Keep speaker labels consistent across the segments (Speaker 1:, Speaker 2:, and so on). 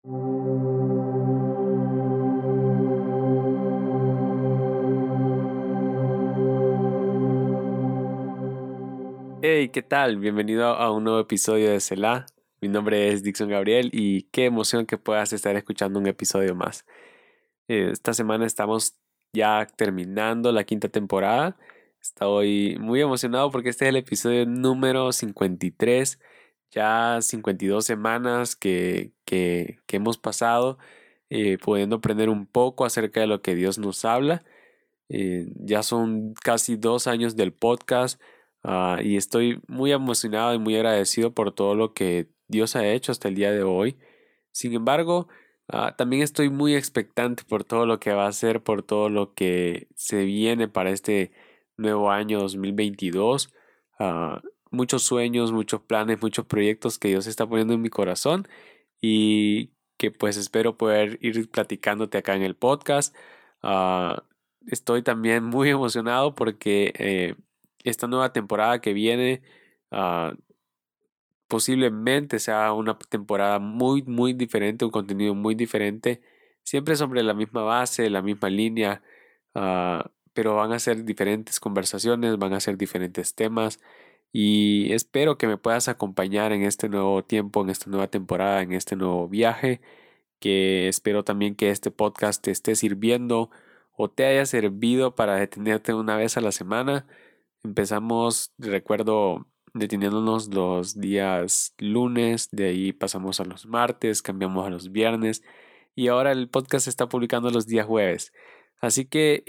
Speaker 1: Hey, ¿qué tal? Bienvenido a un nuevo episodio de Selah. Mi nombre es Dixon Gabriel y qué emoción que puedas estar escuchando un episodio más. Esta semana estamos ya terminando la quinta temporada. Estoy muy emocionado porque este es el episodio número 53. Ya 52 semanas que hemos pasado pudiendo aprender un poco acerca de lo que Dios nos habla. Ya son casi 2 años del podcast, y estoy muy emocionado y muy agradecido por todo lo que Dios ha hecho hasta el día de hoy. Sin embargo, también estoy muy expectante por todo lo que va a hacer, por todo lo que se viene para este nuevo año 2022. Ah, Muchos sueños, muchos planes, muchos proyectos que Dios está poniendo en mi corazón y que pues espero poder ir platicándote acá en el podcast. Ah, Estoy también muy emocionado porque esta nueva temporada que viene, ah, posiblemente sea una temporada muy, muy diferente, un contenido muy diferente, siempre sobre la misma base, la misma línea, pero van a ser diferentes conversaciones, van a ser diferentes temas y espero que me puedas acompañar en este nuevo tiempo, en esta nueva temporada, en este nuevo viaje, que espero también que este podcast te esté sirviendo o te haya servido para detenerte una vez a la semana. Empezamos, recuerdo, deteniéndonos los días lunes, de ahí pasamos a los martes, cambiamos a los viernes y ahora el podcast se está publicando los días jueves. Así que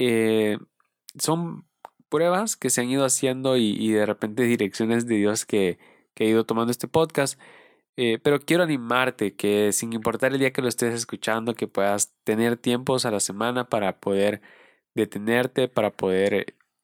Speaker 1: son pruebas que se han ido haciendo y de repente direcciones de Dios que he ido tomando este podcast. Pero quiero animarte que sin importar el día que lo estés escuchando, que puedas tener tiempos a la semana para poder detenerte, para poder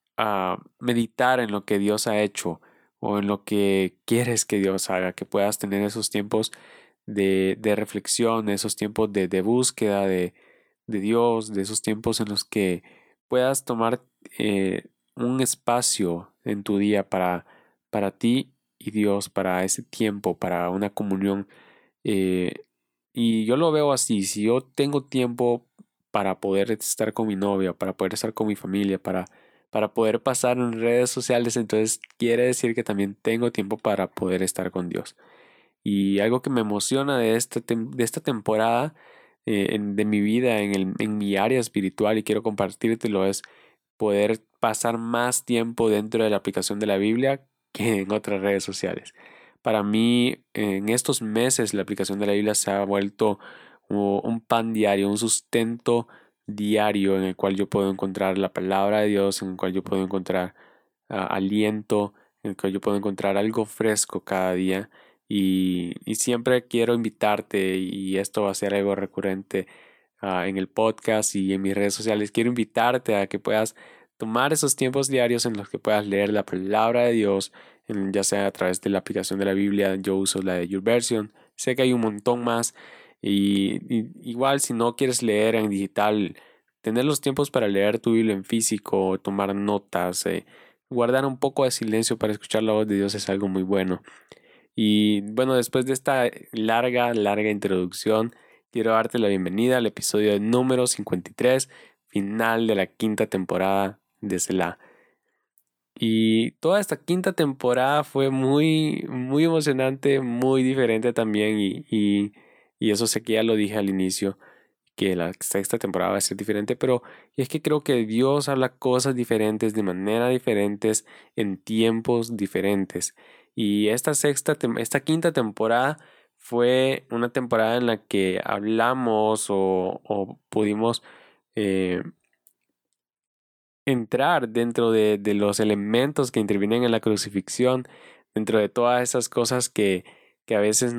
Speaker 1: meditar en lo que Dios ha hecho o en lo que quieres que Dios haga, que puedas tener esos tiempos de reflexión, esos tiempos de búsqueda de Dios, de esos tiempos en los que puedas tomar un espacio en tu día para ti y Dios, para ese tiempo, para una comunión. eh, y yo lo veo así, si yo tengo tiempo para poder estar con mi novia, para poder estar con mi familia, para poder pasar en redes sociales, entonces quiere decir que también tengo tiempo para poder estar con Dios. Y algo que me emociona de esta temporada, de mi vida, en mi área espiritual, y quiero compartírtelo, es poder pasar más tiempo dentro de la aplicación de la Biblia que en otras redes sociales. Para mí, en estos meses, la aplicación de la Biblia se ha vuelto un pan diario, un sustento diario en el cual yo puedo encontrar la palabra de Dios, en el cual yo puedo encontrar aliento, en el cual yo puedo encontrar algo fresco cada día. Y siempre quiero invitarte, y esto va a ser algo recurrente en el podcast y en mis redes sociales. Quiero invitarte a que puedas tomar esos tiempos diarios en los que puedas leer la palabra de Dios, ya sea a través de la aplicación de la Biblia. Yo uso la de YouVersion. Sé que hay un montón más. Y igual, si no quieres leer en digital, tener los tiempos para leer tu Biblia en físico, tomar notas, guardar un poco de silencio para escuchar la voz de Dios es algo muy bueno. Y bueno, después de esta larga, larga introducción, quiero darte la bienvenida al episodio número 53, final de la quinta temporada de Selah. Y toda esta quinta temporada fue muy, muy emocionante, muy diferente también. Y eso sé que ya lo dije al inicio, que la sexta temporada va a ser diferente, pero es que creo que Dios habla cosas diferentes de manera diferentes en tiempos diferentes. Y esta quinta temporada fue una temporada en la que hablamos o pudimos eh, entrar dentro de los elementos que intervienen en la crucifixión, dentro de todas esas cosas que a veces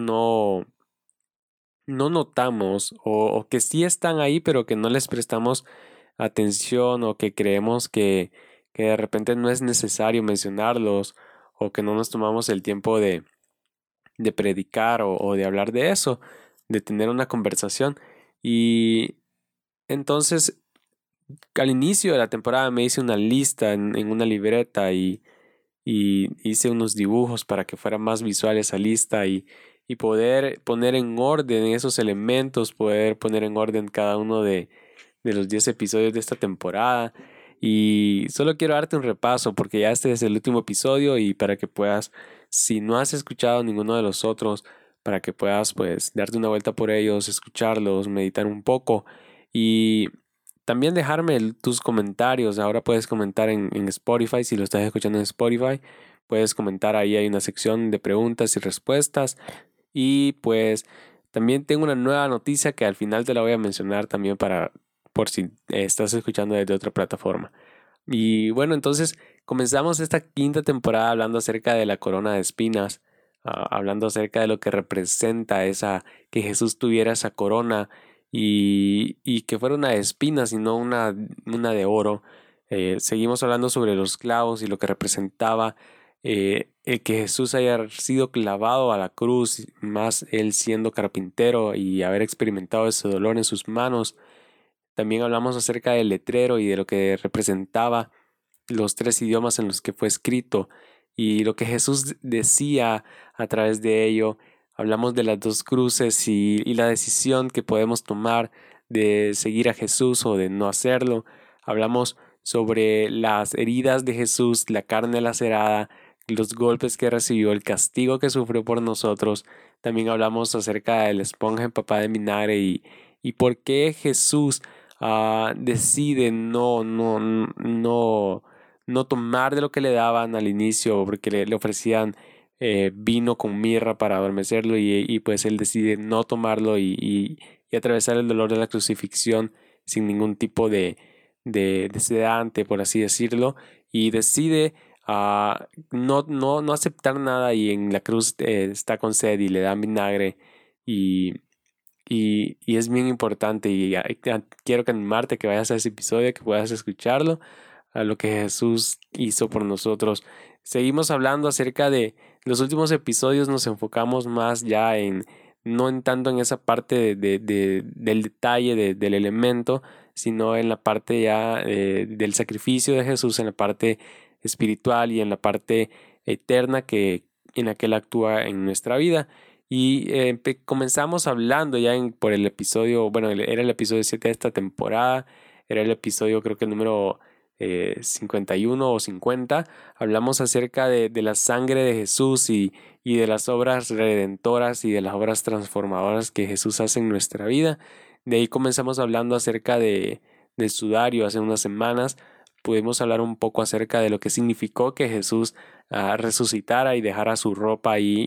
Speaker 1: no notamos o que sí están ahí, pero que no les prestamos atención o que creemos que de repente no es necesario mencionarlos o que no nos tomamos el tiempo de predicar o de hablar de eso, de tener una conversación. Y entonces al inicio de la temporada me hice una lista en una libreta y hice unos dibujos para que fuera más visual esa lista y poder poner en orden esos elementos, poder poner en orden cada uno de los 10 episodios de esta temporada. Y solo quiero darte un repaso porque ya este es el último episodio y para que puedas, si no has escuchado ninguno de los otros, para que puedas pues darte una vuelta por ellos, escucharlos, meditar un poco y también dejarme tus comentarios. Ahora puedes comentar en Spotify, si lo estás escuchando en Spotify, puedes comentar ahí, hay una sección de preguntas y respuestas. Y pues también tengo una nueva noticia que al final te la voy a mencionar también por si estás escuchando desde otra plataforma. Y bueno, entonces comenzamos esta quinta temporada hablando acerca de la corona de espinas, hablando acerca de lo que representa que Jesús tuviera esa corona y que fuera una de espinas y no una de oro. Seguimos hablando sobre los clavos y lo que representaba el que Jesús haya sido clavado a la cruz, más él siendo carpintero y haber experimentado ese dolor en sus manos. También hablamos acerca del letrero y de lo que representaba los 3 idiomas en los que fue escrito y lo que Jesús decía a través de ello. Hablamos de las 2 cruces y la decisión que podemos tomar de seguir a Jesús o de no hacerlo. Hablamos sobre las heridas de Jesús, la carne lacerada, los golpes que recibió, el castigo que sufrió por nosotros. También hablamos acerca de la esponja empapada de vinagre y por qué Jesús decide no tomar de lo que le daban al inicio, porque le ofrecían vino con mirra para adormecerlo y pues él decide no tomarlo y atravesar el dolor de la crucifixión sin ningún tipo de sedante, por así decirlo, y decide no aceptar nada y en la cruz está con sed y le dan vinagre y, y es bien importante y quiero que animarte que vayas a ese episodio, que puedas escucharlo, a lo que Jesús hizo por nosotros. Seguimos hablando acerca de los últimos episodios, nos enfocamos más ya no en tanto en esa parte del detalle del elemento, sino en la parte ya del sacrificio de Jesús, en la parte espiritual y en la parte eterna en la que Él actúa en nuestra vida. Y comenzamos hablando ya por el episodio, bueno, era el episodio 7 de esta temporada, era el episodio creo que el número 51 o 50. Hablamos acerca de la sangre de Jesús y de las obras redentoras y de las obras transformadoras que Jesús hace en nuestra vida. De ahí comenzamos hablando acerca del sudario hace unas semanas. Pudimos hablar un poco acerca de lo que significó que Jesús resucitara y dejara su ropa ahí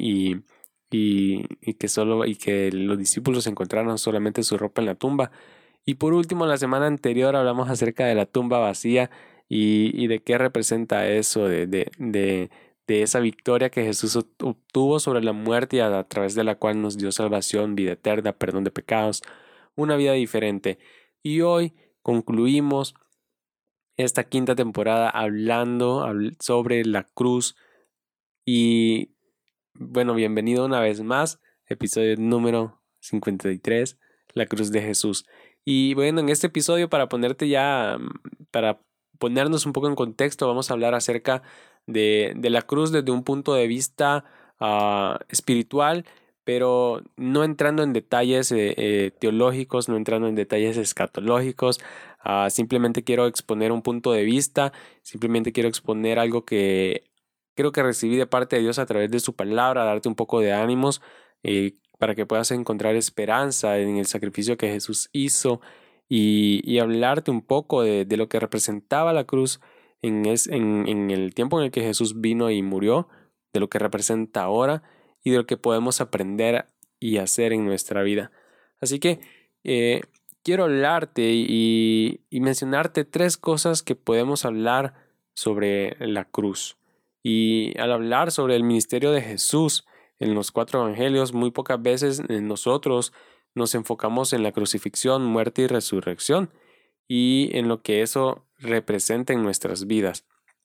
Speaker 1: y que los discípulos encontraran solamente su ropa en la tumba. Y por último, la semana anterior hablamos acerca de la tumba vacía y de qué representa eso, de esa victoria que Jesús obtuvo sobre la muerte y a través de la cual nos dio salvación, vida eterna, perdón de pecados, una vida diferente. Y hoy concluimos esta quinta temporada hablando sobre la cruz y bueno, bienvenido una vez más, episodio número 53, la cruz de Jesús. Y bueno, en este episodio para ponernos un poco en contexto, vamos a hablar acerca de la cruz desde un punto de vista espiritual, pero no entrando en detalles teológicos, no entrando en detalles escatológicos. Simplemente quiero exponer un punto de vista, simplemente quiero exponer algo que creo que recibí de parte de Dios a través de su palabra, darte un poco de ánimos para que puedas encontrar esperanza en el sacrificio que Jesús hizo y hablarte un poco de lo que representaba la cruz en el tiempo en el que Jesús vino y murió, de lo que representa ahora y de lo que podemos aprender y hacer en nuestra vida. Así que quiero hablarte y mencionarte 3 cosas que podemos hablar sobre la cruz. Y al hablar sobre el ministerio de Jesús en los 4 evangelios, muy pocas veces nosotros nos enfocamos en la crucifixión, muerte y resurrección y en lo que eso representa en nuestras vidas.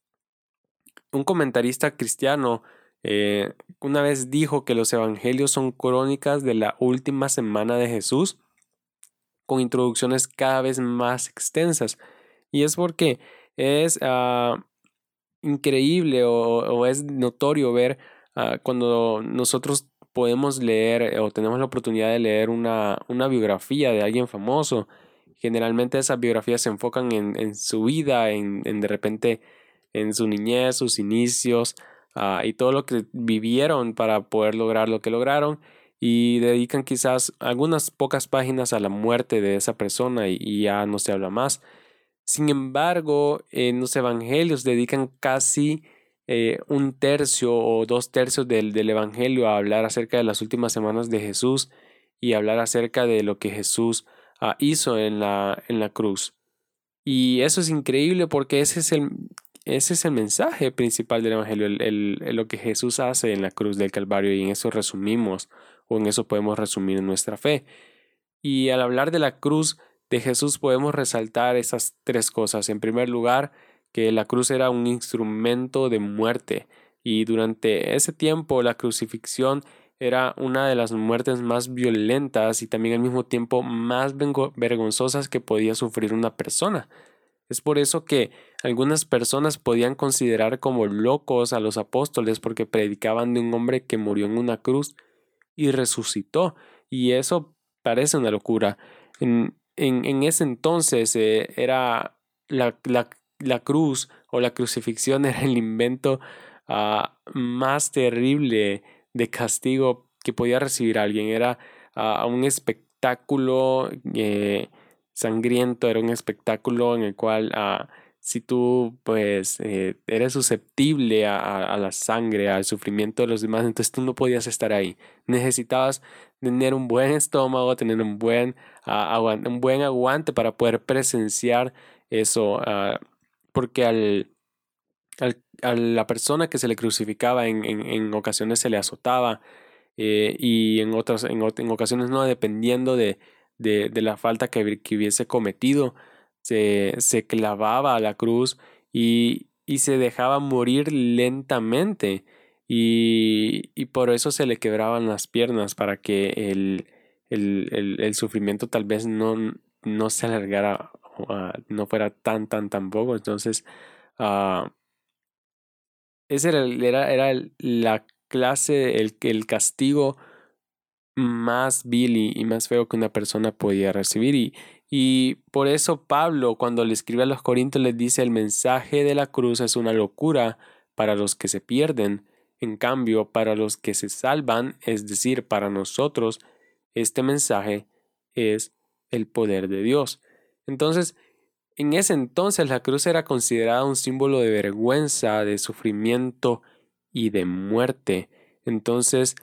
Speaker 1: Un comentarista cristiano una vez dijo que los evangelios son crónicas de la última semana de Jesús con introducciones cada vez más extensas. Y es porque es increíble o es notorio ver cuando nosotros podemos leer o tenemos la oportunidad de leer una biografía de alguien famoso, generalmente esas biografías se enfocan en su vida, en de repente en su niñez, sus inicios, y todo lo que vivieron para poder lograr lo que lograron, y dedican quizás algunas pocas páginas a la muerte de esa persona y ya no se habla más. Sin embargo, en los evangelios dedican casi un tercio o dos tercios del evangelio a hablar acerca de las últimas semanas de Jesús y hablar acerca de lo que Jesús hizo en la cruz. Y eso es increíble porque ese es el mensaje principal del evangelio, lo que Jesús hace en la cruz del Calvario, y en eso resumimos o en eso podemos resumir nuestra fe. Y al hablar de la cruz de Jesús podemos resaltar esas tres cosas. En primer lugar, que la cruz era un instrumento de muerte, y durante ese tiempo la crucifixión era una de las muertes más violentas y también al mismo tiempo más vergonzosas que podía sufrir una persona. Es por eso que algunas personas podían considerar como locos a los apóstoles porque predicaban de un hombre que murió en una cruz y resucitó. Y eso parece una locura. En ese entonces era la cruz o la crucifixión era el invento más terrible de castigo que podía recibir alguien. Era un espectáculo sangriento, era un espectáculo en el cual si tú pues eres susceptible a la sangre, al sufrimiento de los demás, entonces tú no podías estar ahí. Necesitabas tener un buen estómago, tener un buen aguante para poder presenciar eso, porque a la persona que se le crucificaba en ocasiones se le azotaba, y en ocasiones no, dependiendo de la falta que hubiese cometido, se clavaba a la cruz y se dejaba morir lentamente, y por eso se le quebraban las piernas para que el sufrimiento tal vez no se alargara, no fuera tan poco. Entonces, ah, ese era la clase, el castigo más vil y más feo que una persona podía recibir. Y por eso Pablo, cuando le escribe a los Corintios, les dice: el mensaje de la cruz es una locura para los que se pierden. En cambio, para los que se salvan, es decir, para nosotros, este mensaje es el poder de Dios. Entonces, en ese entonces la cruz era considerada un símbolo de vergüenza, de sufrimiento y de muerte. Entonces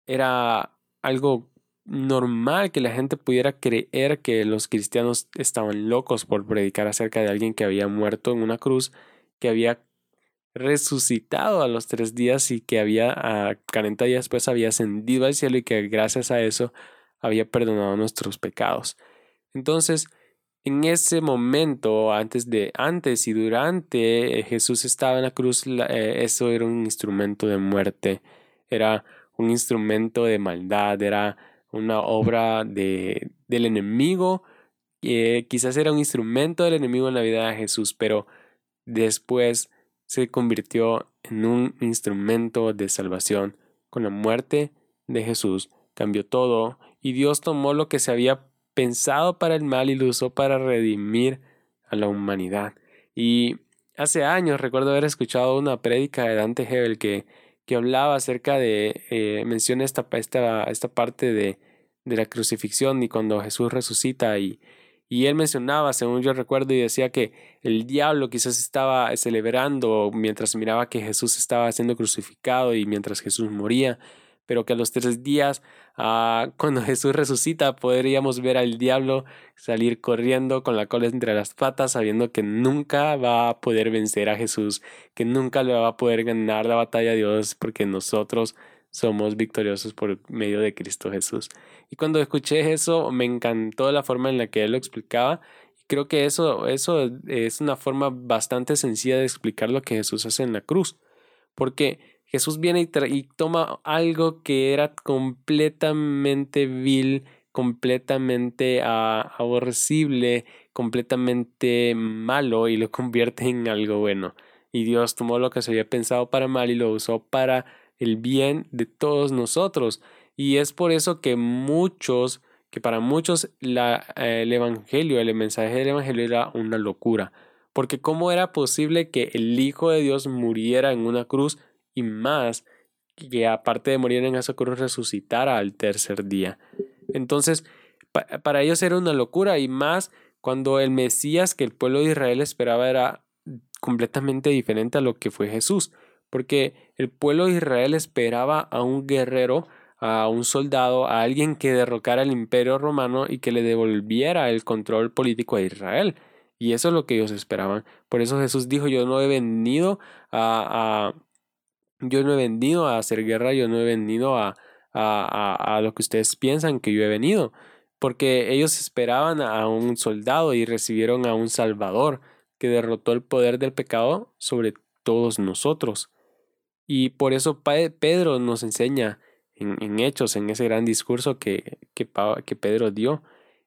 Speaker 1: era algo normal que la gente pudiera creer que los cristianos estaban locos por predicar acerca de alguien que había muerto en una cruz, que había resucitado a los 3 días y que había 40 días después había ascendido al cielo, y que gracias a eso había perdonado nuestros pecados. Entonces, en ese momento, antes y durante Jesús estaba en la cruz, eso era un instrumento de muerte, era un instrumento de maldad, era una obra del enemigo. Quizás era un instrumento del enemigo en la vida de Jesús, pero después se convirtió en un instrumento de salvación. Con la muerte de Jesús cambió todo, y Dios tomó lo que se había pensado para el mal y lo usó para redimir a la humanidad. Y hace años recuerdo haber escuchado una prédica de Dante Hebel que hablaba acerca menciona esta parte de la crucifixión y cuando Jesús resucita, y él mencionaba, según yo recuerdo, y decía que el diablo quizás estaba celebrando mientras miraba que Jesús estaba siendo crucificado y mientras Jesús moría, pero que a los 3 días, cuando Jesús resucita, podríamos ver al diablo salir corriendo con la cola entre las patas, sabiendo que nunca va a poder vencer a Jesús, que nunca le va a poder ganar la batalla a Dios, porque nosotros somos victoriosos por medio de Cristo Jesús. Y cuando escuché eso, me encantó la forma en la que él lo explicaba. Y creo que eso es una forma bastante sencilla de explicar lo que Jesús hace en la cruz. Porque Jesús viene y toma algo que era completamente vil, completamente aborrecible, completamente malo, y lo convierte en algo bueno. Y Dios tomó lo que se había pensado para mal y lo usó para el bien de todos nosotros. Y es por eso que para muchos el evangelio, el mensaje del evangelio era una locura. Porque ¿cómo era posible que el Hijo de Dios muriera en una cruz y más que aparte de morir en esa cruz resucitara al tercer día? Entonces, para ellos era una locura y más cuando el Mesías que el pueblo de Israel esperaba era completamente diferente a lo que fue Jesús, porque el pueblo de Israel esperaba a un guerrero, a un soldado, a alguien que derrocara el imperio romano y que le devolviera el control político a Israel. Y eso es lo que ellos esperaban. Por eso Jesús dijo, a, yo no he venido a hacer guerra, yo no he venido a lo que ustedes piensan que yo he venido, porque ellos esperaban a un soldado y recibieron a un Salvador que derrotó el poder del pecado sobre todos nosotros. Y por eso Pedro nos enseña en Hechos, en ese gran discurso que Pedro dio.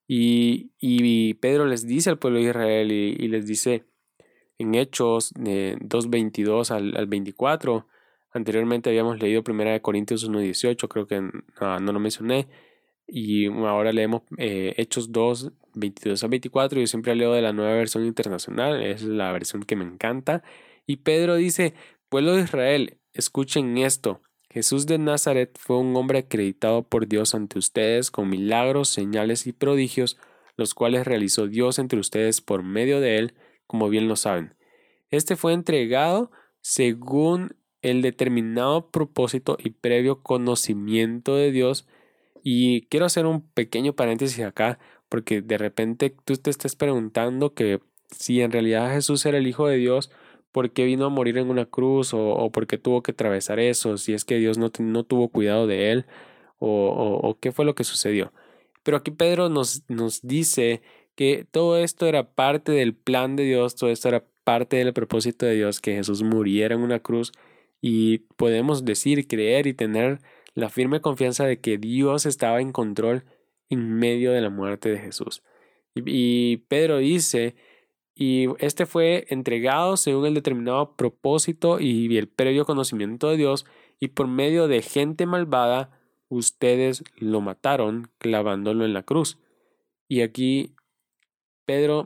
Speaker 1: Y Pedro les dice al pueblo de Israel y les dice en Hechos 2:22 al 24. Anteriormente habíamos leído 1 Corintios 1:18, creo que no lo mencioné. Y ahora leemos Hechos 2:22 al 24. Yo siempre leo de la Nueva Versión Internacional, es la versión que me encanta. Y Pedro dice, pueblo de Israel, escuchen esto. Jesús de Nazaret fue un hombre acreditado por Dios ante ustedes con milagros, señales y prodigios, los cuales realizó Dios entre ustedes por medio de él, como bien lo saben. Este fue entregado según el determinado propósito y previo conocimiento de Dios. Y quiero hacer un pequeño paréntesis acá, porque de repente tú te estás preguntando que si en realidad Jesús era el Hijo de Dios, ¿por qué vino a morir en una cruz? O por qué tuvo que atravesar eso, si es que Dios no tuvo cuidado de él, o qué fue lo que sucedió. Pero aquí Pedro nos dice que todo esto era parte del plan de Dios, todo esto era parte del propósito de Dios, que Jesús muriera en una cruz, y podemos decir, creer y tener la firme confianza de que Dios estaba en control en medio de la muerte de Jesús. Y Pedro dice, y este fue entregado según el determinado propósito y el previo conocimiento de Dios, y por medio de gente malvada, ustedes lo mataron clavándolo en la cruz. Y aquí Pedro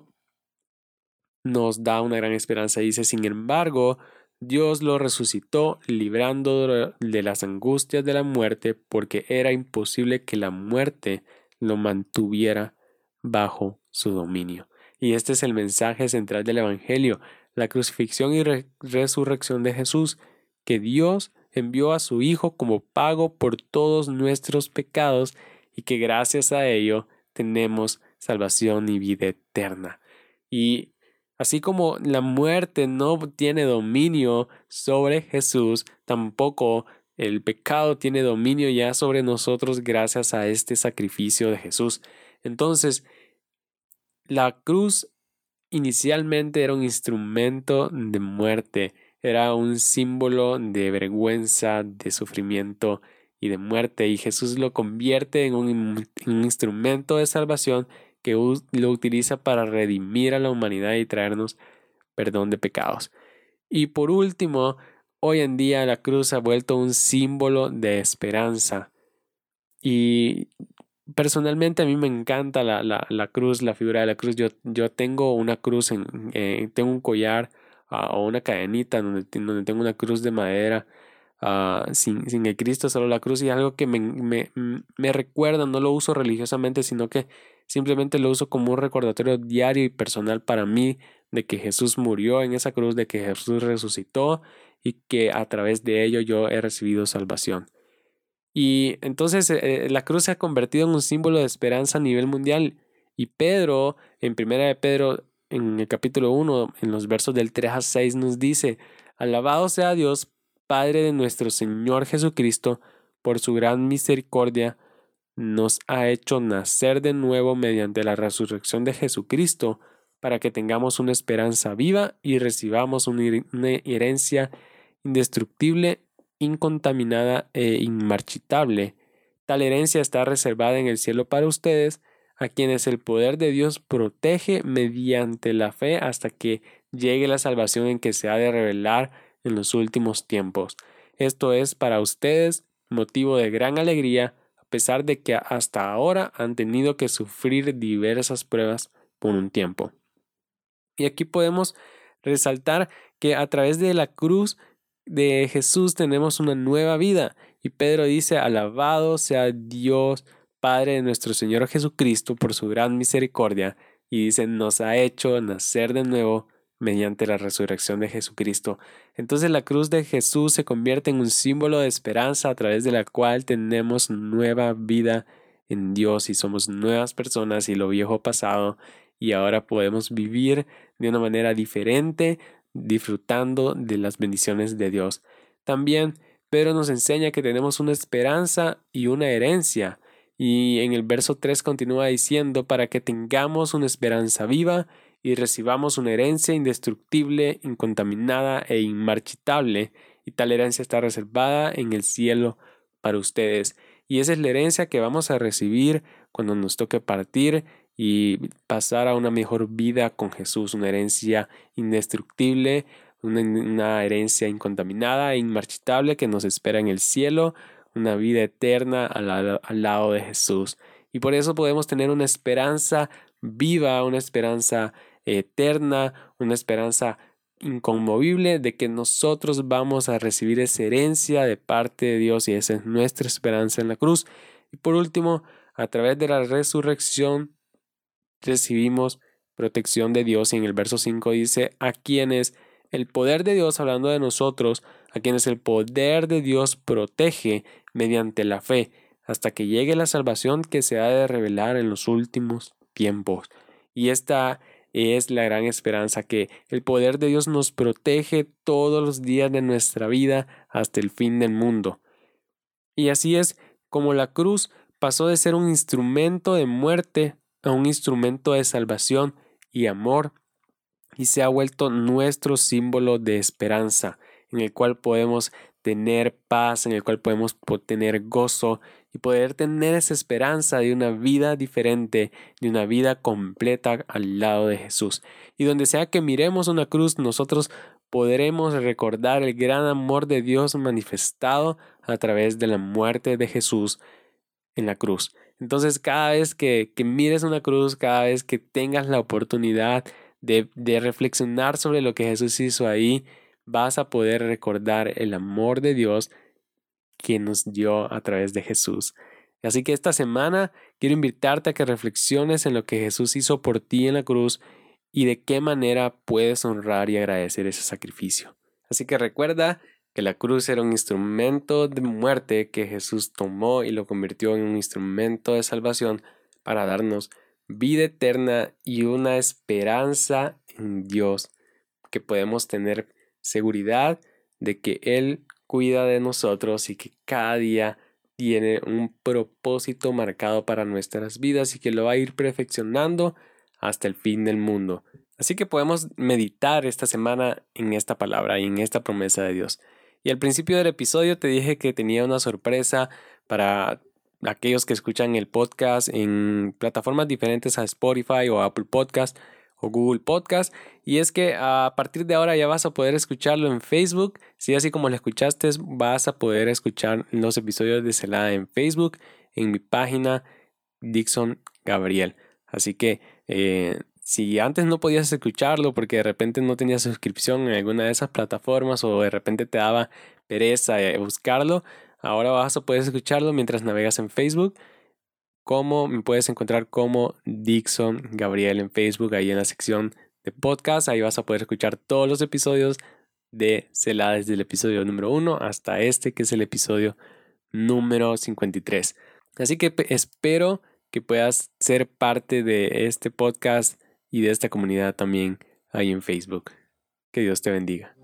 Speaker 1: nos da una gran esperanza. Dice, sin embargo, Dios lo resucitó, librando de las angustias de la muerte, porque era imposible que la muerte lo mantuviera bajo su dominio. Y este es el mensaje central del Evangelio, la crucifixión y resurrección de Jesús, que Dios envió a su Hijo como pago por todos nuestros pecados y que gracias a ello tenemos salvación y vida eterna. Y así como la muerte no tiene dominio sobre Jesús, tampoco el pecado tiene dominio ya sobre nosotros gracias a este sacrificio de Jesús. Entonces, la cruz inicialmente era un instrumento de muerte, era un símbolo de vergüenza, de sufrimiento y de muerte, y Jesús lo convierte en un instrumento de salvación que lo utiliza para redimir a la humanidad y traernos perdón de pecados. Y por último, hoy en día la cruz ha vuelto un símbolo de esperanza. Y personalmente a mí me encanta la cruz, la figura de la cruz. Yo tengo una cruz, tengo un collar o una cadenita donde tengo una cruz de madera, sin el Cristo, solo la cruz, y algo que me recuerda, no lo uso religiosamente, sino que simplemente lo uso como un recordatorio diario y personal para mí de que Jesús murió en esa cruz, de que Jesús resucitó y que a través de ello yo he recibido salvación. Y entonces la cruz se ha convertido en un símbolo de esperanza a nivel mundial. Y Pedro, en Primera de Pedro, en el capítulo 1, en los versos del 3 a 6, nos dice, alabado sea Dios, Padre de nuestro Señor Jesucristo, por su gran misericordia, nos ha hecho nacer de nuevo mediante la resurrección de Jesucristo, para que tengamos una esperanza viva y recibamos una herencia indestructible, incontaminada e inmarchitable. Tal herencia está reservada en el cielo para ustedes, a quienes el poder de Dios protege mediante la fe hasta que llegue la salvación en que se ha de revelar en los últimos tiempos. Esto es para ustedes motivo de gran alegría, pesar de que hasta ahora han tenido que sufrir diversas pruebas por un tiempo. Y aquí podemos resaltar que a través de la cruz de Jesús tenemos una nueva vida. Y Pedro dice, alabado sea Dios, Padre de nuestro Señor Jesucristo, por su gran misericordia. Y dice, nos ha hecho nacer de nuevo mediante la resurrección de Jesucristo. Entonces la cruz de Jesús se convierte en un símbolo de esperanza a través de la cual tenemos nueva vida en Dios y somos nuevas personas y lo viejo pasado y ahora podemos vivir de una manera diferente, disfrutando de las bendiciones de Dios. También Pedro nos enseña que tenemos una esperanza y una herencia. Y en el verso 3 continúa diciendo, para que tengamos una esperanza viva y recibamos una herencia indestructible, incontaminada e inmarchitable. Y tal herencia está reservada en el cielo para ustedes. Y esa es la herencia que vamos a recibir cuando nos toque partir y pasar a una mejor vida con Jesús, una herencia indestructible, una herencia incontaminada e inmarchitable que nos espera en el cielo, una vida eterna al lado de Jesús. Y por eso podemos tener una esperanza viva, una esperanza eterna, una esperanza inconmovible de que nosotros vamos a recibir esa herencia de parte de Dios y esa es nuestra esperanza en la cruz. Y por último, a través de la resurrección recibimos protección de Dios y en el verso 5 dice, a quienes el poder de Dios, hablando de nosotros, a quienes el poder de Dios protege mediante la fe, hasta que llegue la salvación que se ha de revelar en los últimos tiempos. Y esta es la gran esperanza, que el poder de Dios nos protege todos los días de nuestra vida hasta el fin del mundo. Y así es como la cruz pasó de ser un instrumento de muerte a un instrumento de salvación y amor y se ha vuelto nuestro símbolo de esperanza, en el cual podemos tener paz, en el cual podemos tener gozo y poder tener esa esperanza de una vida diferente, de una vida completa al lado de Jesús. Y donde sea que miremos una cruz, nosotros podremos recordar el gran amor de Dios manifestado a través de la muerte de Jesús en la cruz. Entonces, cada vez que mires una cruz, cada vez que tengas la oportunidad de reflexionar sobre lo que Jesús hizo ahí, vas a poder recordar el amor de Dios que nos dio a través de Jesús. Así que esta semana quiero invitarte a que reflexiones en lo que Jesús hizo por ti en la cruz y de qué manera puedes honrar y agradecer ese sacrificio. Así que recuerda que la cruz era un instrumento de muerte que Jesús tomó y lo convirtió en un instrumento de salvación para darnos vida eterna y una esperanza en Dios, que podemos tener seguridad de que Él cuida de nosotros y que cada día tiene un propósito marcado para nuestras vidas y que lo va a ir perfeccionando hasta el fin del mundo. Así que podemos meditar esta semana en esta palabra y en esta promesa de Dios. Y al principio del episodio te dije que tenía una sorpresa para aquellos que escuchan el podcast en plataformas diferentes a Spotify o Apple Podcast o Google Podcast, y es que a partir de ahora ya vas a poder escucharlo en Facebook. Si así como lo escuchaste, vas a poder escuchar los episodios de Selah en Facebook, en mi página Dixon Gabriel. Así que si antes no podías escucharlo porque de repente no tenías suscripción en alguna de esas plataformas o de repente te daba pereza buscarlo, ahora vas a poder escucharlo mientras navegas en Facebook. Como me puedes encontrar como Dixon Gabriel en Facebook, ahí en la sección de podcast. Ahí vas a poder escuchar todos los episodios de Selah desde el episodio número 1 hasta este, que es el episodio número 53. Así que espero que puedas ser parte de este podcast y de esta comunidad también ahí en Facebook. Que Dios te bendiga.